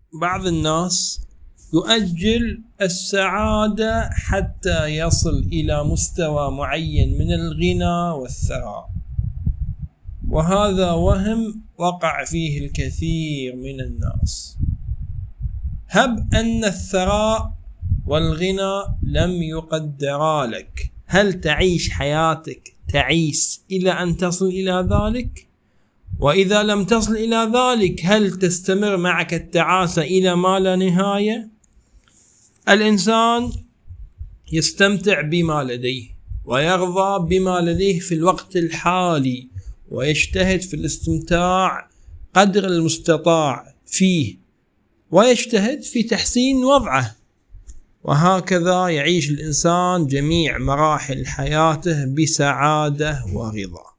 بعض الناس يؤجل السعادة حتى يصل إلى مستوى معين من الغنى والثراء، وهذا وهم وقع فيه الكثير من الناس. هب أن الثراء والغنى لم يقدرا لك، هل تعيش حياتك تعيس إلى أن تصل إلى ذلك؟ وإذا لم تصل إلى ذلك هل تستمر معك التعاسة إلى ما لا نهاية؟ الإنسان يستمتع بما لديه ويرضى بما لديه في الوقت الحالي، ويجتهد في الاستمتاع قدر المستطاع فيه، ويجتهد في تحسين وضعه، وهكذا يعيش الإنسان جميع مراحل حياته بسعادة ورضا.